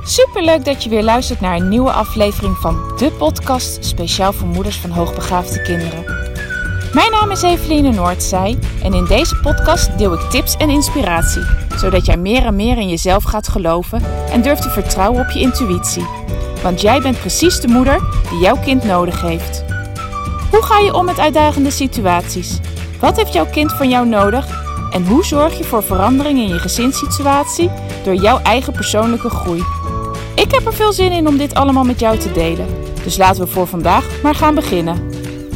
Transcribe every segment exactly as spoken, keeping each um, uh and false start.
Superleuk dat je weer luistert naar een nieuwe aflevering van de podcast speciaal voor moeders van hoogbegaafde kinderen. Mijn naam is Eveline Noordzij en in deze podcast deel ik tips en inspiratie, zodat jij meer en meer in jezelf gaat geloven en durft te vertrouwen op je intuïtie. Want jij bent precies de moeder die jouw kind nodig heeft. Hoe ga je om met uitdagende situaties? Wat heeft jouw kind van jou nodig? En hoe zorg je voor verandering in je gezinssituatie door jouw eigen persoonlijke groei? Ik heb er veel zin in om dit allemaal met jou te delen. Dus laten we voor vandaag maar gaan beginnen.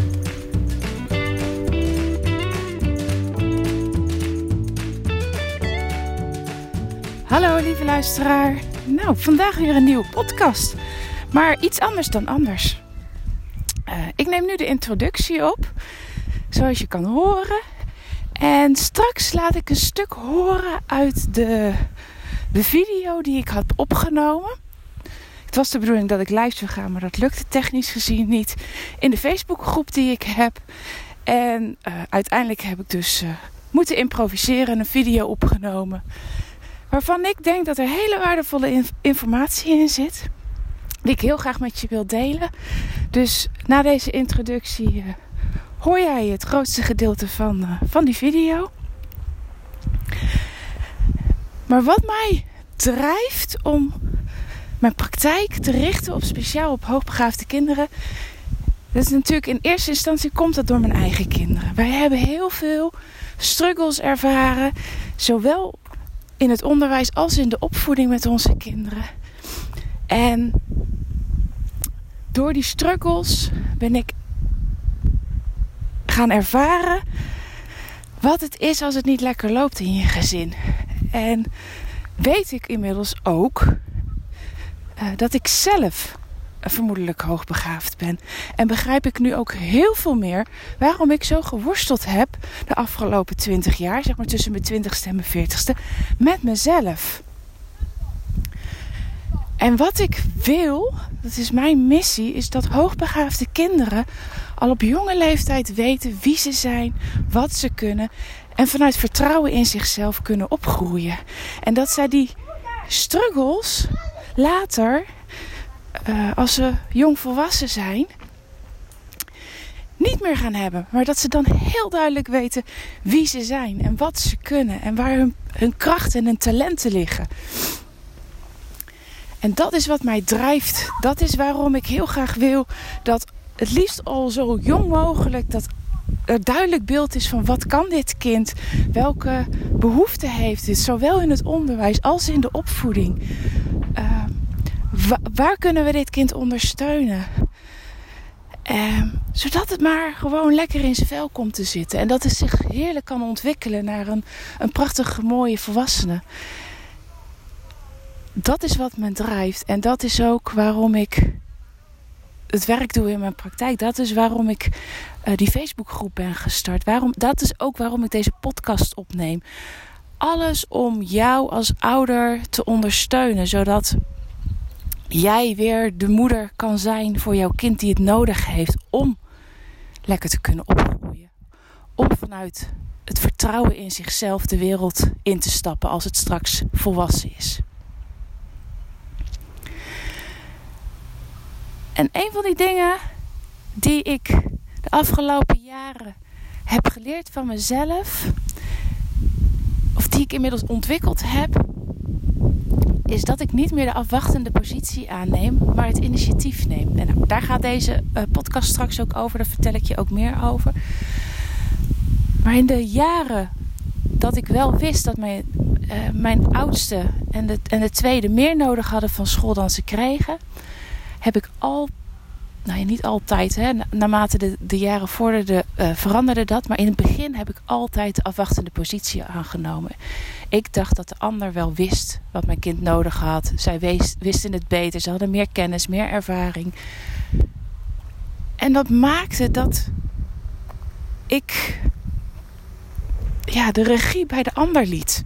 Hallo lieve luisteraar. Nou, vandaag weer een nieuwe podcast. Maar iets anders dan anders. Uh, ik neem nu de introductie op. Zoals je kan horen. En straks laat ik een stuk horen uit de, de video die ik had opgenomen. Het was de bedoeling dat ik live zou gaan, maar dat lukte technisch gezien niet. In de Facebookgroep die ik heb. En uh, uiteindelijk heb ik dus uh, moeten improviseren en een video opgenomen. Waarvan ik denk dat er hele waardevolle inf- informatie in zit. Die ik heel graag met je wil delen. Dus na deze introductie uh, hoor jij het grootste gedeelte van, uh, van die video. Maar wat mij drijft om mijn praktijk te richten op speciaal op hoogbegaafde kinderen. Dat is natuurlijk in eerste instantie komt dat door mijn eigen kinderen. Wij hebben heel veel struggles ervaren. Zowel in het onderwijs als in de opvoeding met onze kinderen. En door die struggles ben ik gaan ervaren wat het is als het niet lekker loopt in je gezin. En weet ik inmiddels ook uh, dat ik zelf vermoedelijk hoogbegaafd ben. En begrijp ik nu ook heel veel meer waarom ik zo geworsteld heb de afgelopen twintig jaar, zeg maar tussen mijn twintigste en mijn veertigste, met mezelf. En wat ik wil, dat is mijn missie, is dat hoogbegaafde kinderen al op jonge leeftijd weten wie ze zijn, wat ze kunnen en vanuit vertrouwen in zichzelf kunnen opgroeien. En dat zij die struggles later, uh, als ze jong volwassen zijn, niet meer gaan hebben. Maar dat ze dan heel duidelijk weten wie ze zijn en wat ze kunnen en waar hun, hun krachten en hun talenten liggen. En dat is wat mij drijft. Dat is waarom ik heel graag wil dat het liefst al zo jong mogelijk dat er duidelijk beeld is van wat kan dit kind, welke behoeften heeft het, zowel in het onderwijs als in de opvoeding. Uh, wa- waar kunnen we dit kind ondersteunen? Uh, zodat het maar gewoon lekker in zijn vel komt te zitten. En dat het zich heerlijk kan ontwikkelen naar een, een prachtige mooie volwassene. Dat is wat me drijft. En dat is ook waarom ik het werk doe in mijn praktijk. Dat is waarom ik uh, die Facebookgroep ben gestart. Waarom, dat is ook waarom ik deze podcast opneem. Alles om jou als ouder te ondersteunen. Zodat jij weer de moeder kan zijn voor jouw kind die het nodig heeft om lekker te kunnen opgroeien. Om vanuit het vertrouwen in zichzelf de wereld in te stappen als het straks volwassen is. En een van die dingen die ik de afgelopen jaren heb geleerd van mezelf, of die ik inmiddels ontwikkeld heb, is dat ik niet meer de afwachtende positie aanneem, maar het initiatief neem. En nou, daar gaat deze uh, podcast straks ook over, daar vertel ik je ook meer over. Maar in de jaren dat ik wel wist dat mijn, uh, mijn oudste en de, en de tweede meer nodig hadden van school dan ze kregen, heb ik al, nou ja, niet altijd, hè, naarmate de, de jaren vorderden, uh, veranderde dat. Maar in het begin heb ik altijd de afwachtende positie aangenomen. Ik dacht dat de ander wel wist wat mijn kind nodig had. Zij wees, wisten het beter, ze hadden meer kennis, meer ervaring. En dat maakte dat ik ja, de regie bij de ander liet.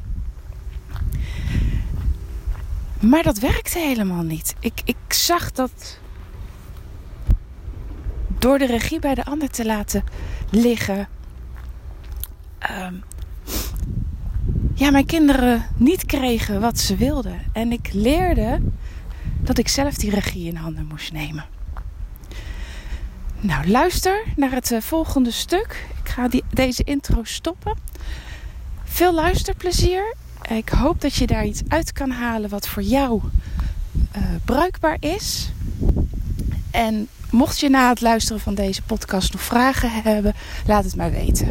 Maar dat werkte helemaal niet. Ik, ik zag dat door de regie bij de ander te laten liggen, Um, ja, mijn kinderen niet kregen wat ze wilden. En ik leerde dat ik zelf die regie in handen moest nemen. Nou, luister naar het uh, volgende stuk. Ik ga die, deze intro stoppen. Veel luisterplezier. Ik hoop dat je daar iets uit kan halen wat voor jou uh, bruikbaar is. En mocht je na het luisteren van deze podcast nog vragen hebben, laat het maar weten.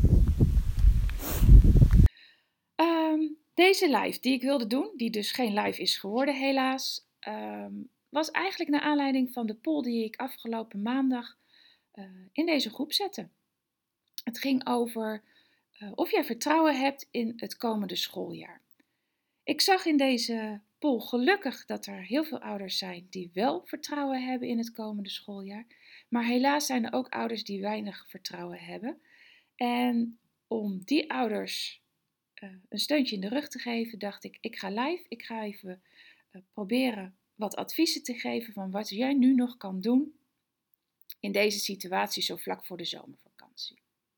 Um, deze live die ik wilde doen, die dus geen live is geworden helaas, um, was eigenlijk naar aanleiding van de poll die ik afgelopen maandag uh, in deze groep zette. Het ging over uh, of jij vertrouwen hebt in het komende schooljaar. Ik zag in deze poll gelukkig dat er heel veel ouders zijn die wel vertrouwen hebben in het komende schooljaar. Maar helaas zijn er ook ouders die weinig vertrouwen hebben. En om die ouders uh, een steuntje in de rug te geven, dacht ik, ik ga live. Ik ga even uh, proberen wat adviezen te geven van wat jij nu nog kan doen in deze situatie zo vlak voor de zomervakantie.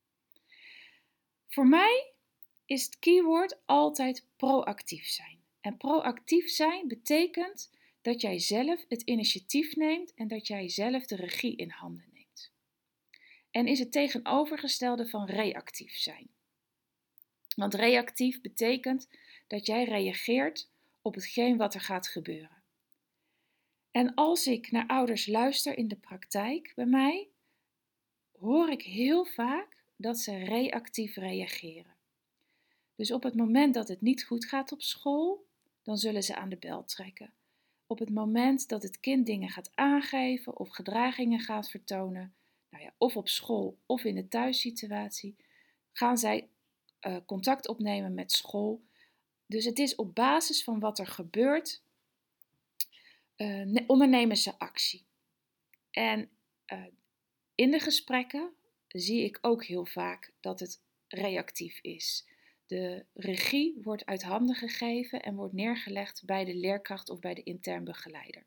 Voor mij is het keyword altijd proactief zijn. En proactief zijn betekent dat jij zelf het initiatief neemt en dat jij zelf de regie in handen neemt. En is het tegenovergestelde van reactief zijn. Want reactief betekent dat jij reageert op hetgeen wat er gaat gebeuren. En als ik naar ouders luister in de praktijk bij mij, hoor ik heel vaak dat ze reactief reageren. Dus op het moment dat het niet goed gaat op school, dan zullen ze aan de bel trekken. Op het moment dat het kind dingen gaat aangeven of gedragingen gaat vertonen, nou ja, of op school of in de thuissituatie, gaan zij uh, contact opnemen met school. Dus het is op basis van wat er gebeurt, uh, ondernemen ze actie. En uh, in de gesprekken zie ik ook heel vaak dat het reactief is. De regie wordt uit handen gegeven en wordt neergelegd bij de leerkracht of bij de intern begeleider.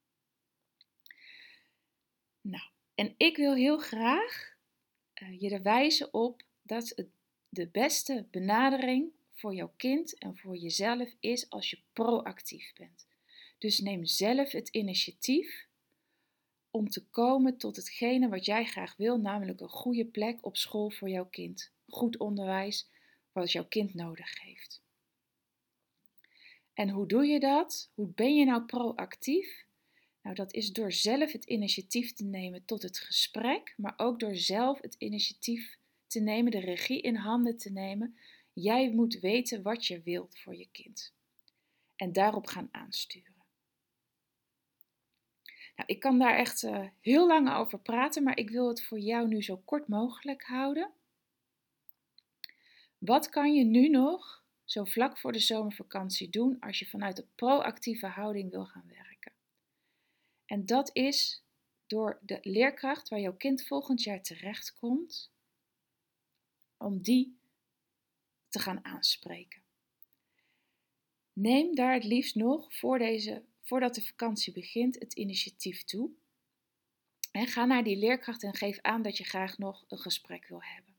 Nou, en ik wil heel graag uh, je er wijzen op dat het de beste benadering voor jouw kind en voor jezelf is als je proactief bent. Dus neem zelf het initiatief om te komen tot hetgene wat jij graag wil, namelijk een goede plek op school voor jouw kind. Goed onderwijs, wat jouw kind nodig heeft. En hoe doe je dat? Hoe ben je nou proactief? Nou, dat is door zelf het initiatief te nemen tot het gesprek, maar ook door zelf het initiatief te nemen, de regie in handen te nemen. Jij moet weten wat je wilt voor je kind. En daarop gaan aansturen. Nou, ik kan daar echt uh, heel lang over praten, maar ik wil het voor jou nu zo kort mogelijk houden. Wat kan je nu nog zo vlak voor de zomervakantie doen als je vanuit een proactieve houding wil gaan werken? En dat is door de leerkracht waar jouw kind volgend jaar terechtkomt, om die te gaan aanspreken. Neem daar het liefst nog voor deze, voordat de vakantie begint het initiatief toe. En ga naar die leerkracht en geef aan dat je graag nog een gesprek wil hebben.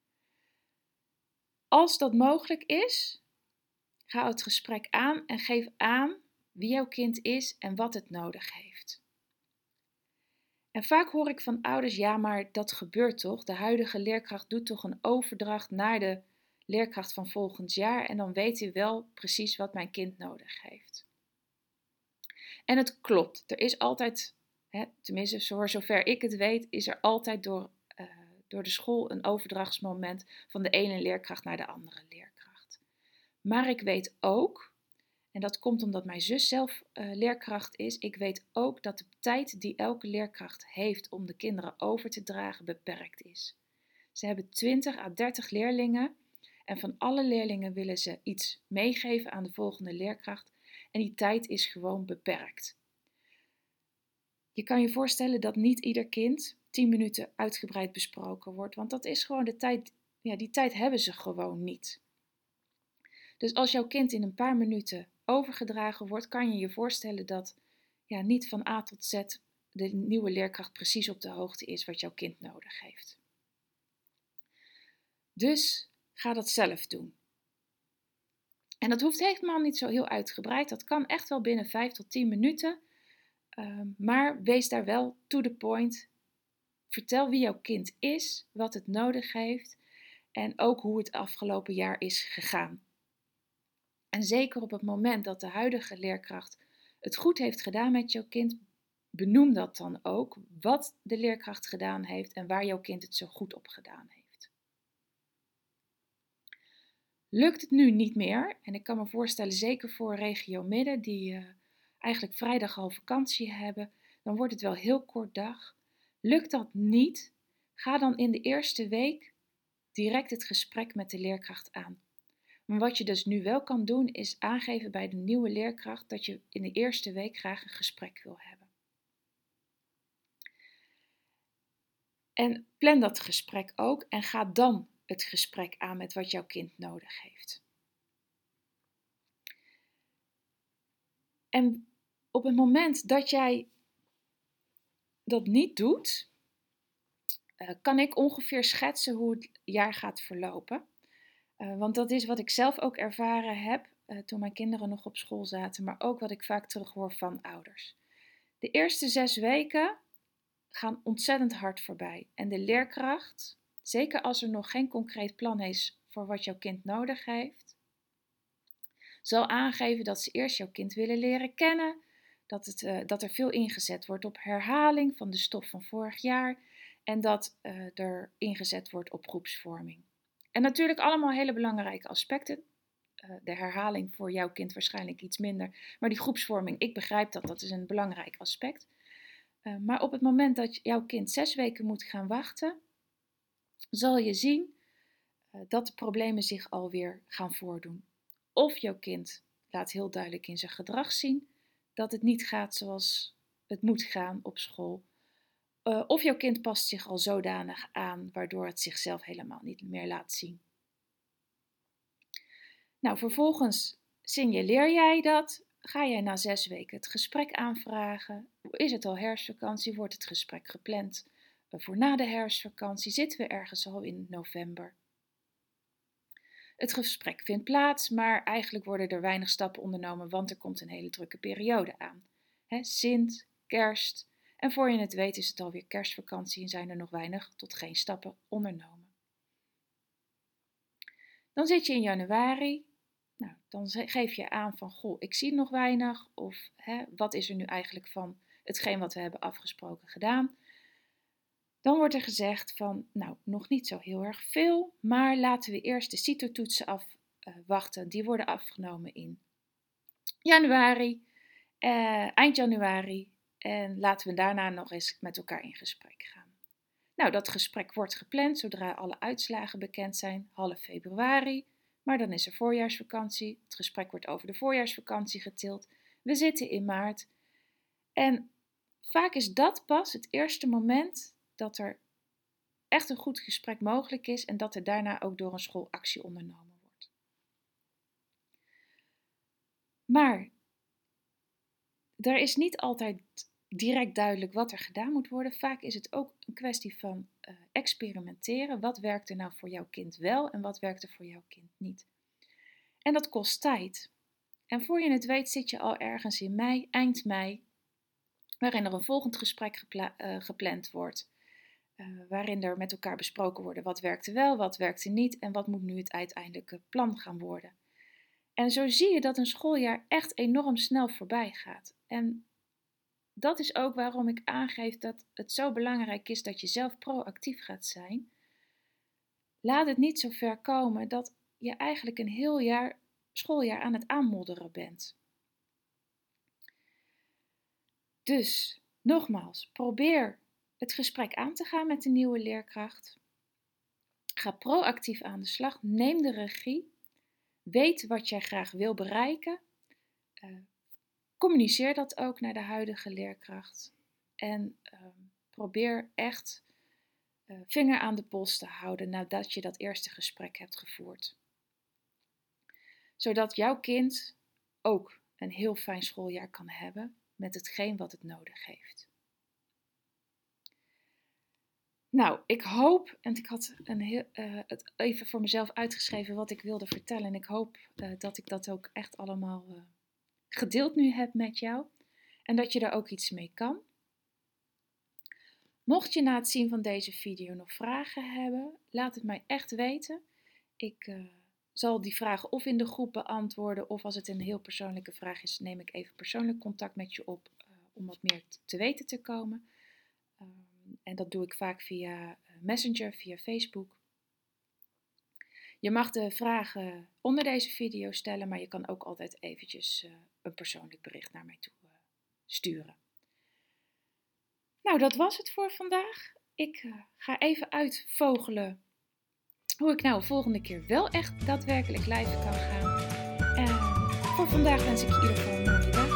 Als dat mogelijk is, ga het gesprek aan en geef aan wie jouw kind is en wat het nodig heeft. En vaak hoor ik van ouders, ja, maar dat gebeurt toch? De huidige leerkracht doet toch een overdracht naar de leerkracht van volgend jaar en dan weet hij wel precies wat mijn kind nodig heeft. En het klopt, er is altijd, hè, tenminste voor zover ik het weet, is er altijd door, uh, door de school een overdrachtsmoment van de ene leerkracht naar de andere leerkracht. Maar ik weet ook, en dat komt omdat mijn zus zelf uh, leerkracht is, ik weet ook dat de tijd die elke leerkracht heeft om de kinderen over te dragen beperkt is. Ze hebben twintig à dertig leerlingen en van alle leerlingen willen ze iets meegeven aan de volgende leerkracht en die tijd is gewoon beperkt. Je kan je voorstellen dat niet ieder kind tien minuten uitgebreid besproken wordt, want dat is gewoon de tijd, ja, die tijd hebben ze gewoon niet. Dus als jouw kind in een paar minuten overgedragen wordt, kan je je voorstellen dat ja, niet van A tot Z de nieuwe leerkracht precies op de hoogte is wat jouw kind nodig heeft. Dus ga dat zelf doen. En dat hoeft helemaal niet zo heel uitgebreid. Dat kan echt wel binnen vijf tot tien minuten. Um, maar wees daar wel to the point. Vertel wie jouw kind is, wat het nodig heeft en ook hoe het afgelopen jaar is gegaan. En zeker op het moment dat de huidige leerkracht het goed heeft gedaan met jouw kind, benoem dat dan ook, wat de leerkracht gedaan heeft en waar jouw kind het zo goed op gedaan heeft. Lukt het nu niet meer, en ik kan me voorstellen zeker voor regio Midden die uh, eigenlijk vrijdag al vakantie hebben, dan wordt het wel heel kort dag. Lukt dat niet, ga dan in de eerste week direct het gesprek met de leerkracht aan. Maar wat je dus nu wel kan doen is aangeven bij de nieuwe leerkracht dat je in de eerste week graag een gesprek wil hebben. En plan dat gesprek ook en ga dan het gesprek aan met wat jouw kind nodig heeft. En op het moment dat jij dat niet doet, uh, kan ik ongeveer schetsen hoe het jaar gaat verlopen. Uh, want dat is wat ik zelf ook ervaren heb uh, toen mijn kinderen nog op school zaten, maar ook wat ik vaak terughoor van ouders. De eerste zes weken gaan ontzettend hard voorbij. En de leerkracht, zeker als er nog geen concreet plan is voor wat jouw kind nodig heeft, zal aangeven dat ze eerst jouw kind willen leren kennen, dat, het, uh, dat er veel ingezet wordt op herhaling van de stof van vorig jaar en dat uh, er ingezet wordt op groepsvorming. En natuurlijk allemaal hele belangrijke aspecten. Uh, de herhaling voor jouw kind waarschijnlijk iets minder, maar die groepsvorming, ik begrijp dat, dat is een belangrijk aspect. Uh, maar op het moment dat jouw kind zes weken moet gaan wachten, zal je zien uh, dat de problemen zich alweer gaan voordoen. Of jouw kind laat heel duidelijk in zijn gedrag zien dat het niet gaat zoals het moet gaan op school. Uh, of jouw kind past zich al zodanig aan, waardoor het zichzelf helemaal niet meer laat zien. Nou, vervolgens signaleer jij dat. Ga jij na zes weken het gesprek aanvragen? Is het al herfstvakantie? Wordt het gesprek gepland voor na de herfstvakantie? Zitten we ergens al in november? Het gesprek vindt plaats, maar eigenlijk worden er weinig stappen ondernomen, want er komt een hele drukke periode aan. He, Sint, Kerst en voor je het weet is het alweer kerstvakantie en zijn er nog weinig tot geen stappen ondernomen. Dan zit je in januari. Nou, dan geef je aan van, goh, ik zie nog weinig of hè, wat is er nu eigenlijk van hetgeen wat we hebben afgesproken gedaan. Dan wordt er gezegd van, nou, nog niet zo heel erg veel, maar laten we eerst de CITO-toetsen afwachten. Uh, Die worden afgenomen in januari, uh, eind januari en laten we daarna nog eens met elkaar in gesprek gaan. Nou, dat gesprek wordt gepland zodra alle uitslagen bekend zijn, half februari. Maar dan is er voorjaarsvakantie. Het gesprek wordt over de voorjaarsvakantie getild. We zitten in maart. En vaak is dat pas het eerste moment dat er echt een goed gesprek mogelijk is en dat er daarna ook door een school actie ondernomen wordt. Maar er is niet altijd direct duidelijk wat er gedaan moet worden. Vaak is het ook een kwestie van uh, experimenteren. Wat werkt er nou voor jouw kind wel en wat werkt er voor jouw kind niet? En dat kost tijd. En voor je het weet zit je al ergens in mei, eind mei, waarin er een volgend gesprek gepla- uh, gepland wordt. Uh, waarin er met elkaar besproken wordt wat werkte wel, wat werkte niet en wat moet nu het uiteindelijke plan gaan worden. En zo zie je dat een schooljaar echt enorm snel voorbij gaat. En dat is ook waarom ik aangeef dat het zo belangrijk is dat je zelf proactief gaat zijn. Laat het niet zo ver komen dat je eigenlijk een heel jaar, schooljaar aan het aanmodderen bent. Dus, nogmaals, probeer het gesprek aan te gaan met de nieuwe leerkracht. Ga proactief aan de slag, neem de regie, weet wat jij graag wil bereiken. Uh, communiceer dat ook naar de huidige leerkracht. En uh, probeer echt uh, vinger aan de pols te houden nadat je dat eerste gesprek hebt gevoerd. Zodat jouw kind ook een heel fijn schooljaar kan hebben met hetgeen wat het nodig heeft. Nou, ik hoop, en ik had een heel, uh, het even voor mezelf uitgeschreven wat ik wilde vertellen. En ik hoop uh, dat ik dat ook echt allemaal uh, gedeeld nu heb met jou. En dat je daar ook iets mee kan. Mocht je na het zien van deze video nog vragen hebben, laat het mij echt weten. Ik uh, zal die vragen of in de groep beantwoorden, of als het een heel persoonlijke vraag is, neem ik even persoonlijk contact met je op uh, om wat meer te weten te komen. Um, en dat doe ik vaak via Messenger, via Facebook. Je mag de vragen onder deze video stellen, maar je kan ook altijd eventjes uh, een persoonlijk bericht naar mij toe uh, sturen. Nou, dat was het voor vandaag. Ik uh, ga even uitvogelen hoe ik nou de volgende keer wel echt daadwerkelijk live kan gaan. En voor vandaag wens ik je in ieder geval een mooie dag.